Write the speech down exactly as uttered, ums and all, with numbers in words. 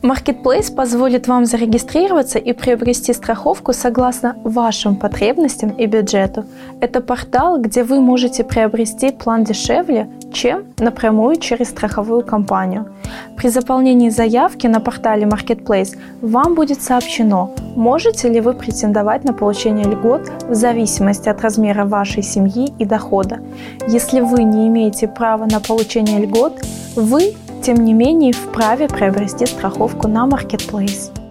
Marketplace позволит вам зарегистрироваться и приобрести страховку согласно вашим потребностям и бюджету. Это портал, где вы можете приобрести план дешевле, чем напрямую через страховую компанию. При заполнении заявки на портале Marketplace вам будет сообщено, можете ли вы претендовать на получение льгот в зависимости от размера вашей семьи и дохода. Если вы не имеете права на получение льгот, вы тем не менее вправе приобрести страховку на Marketplace.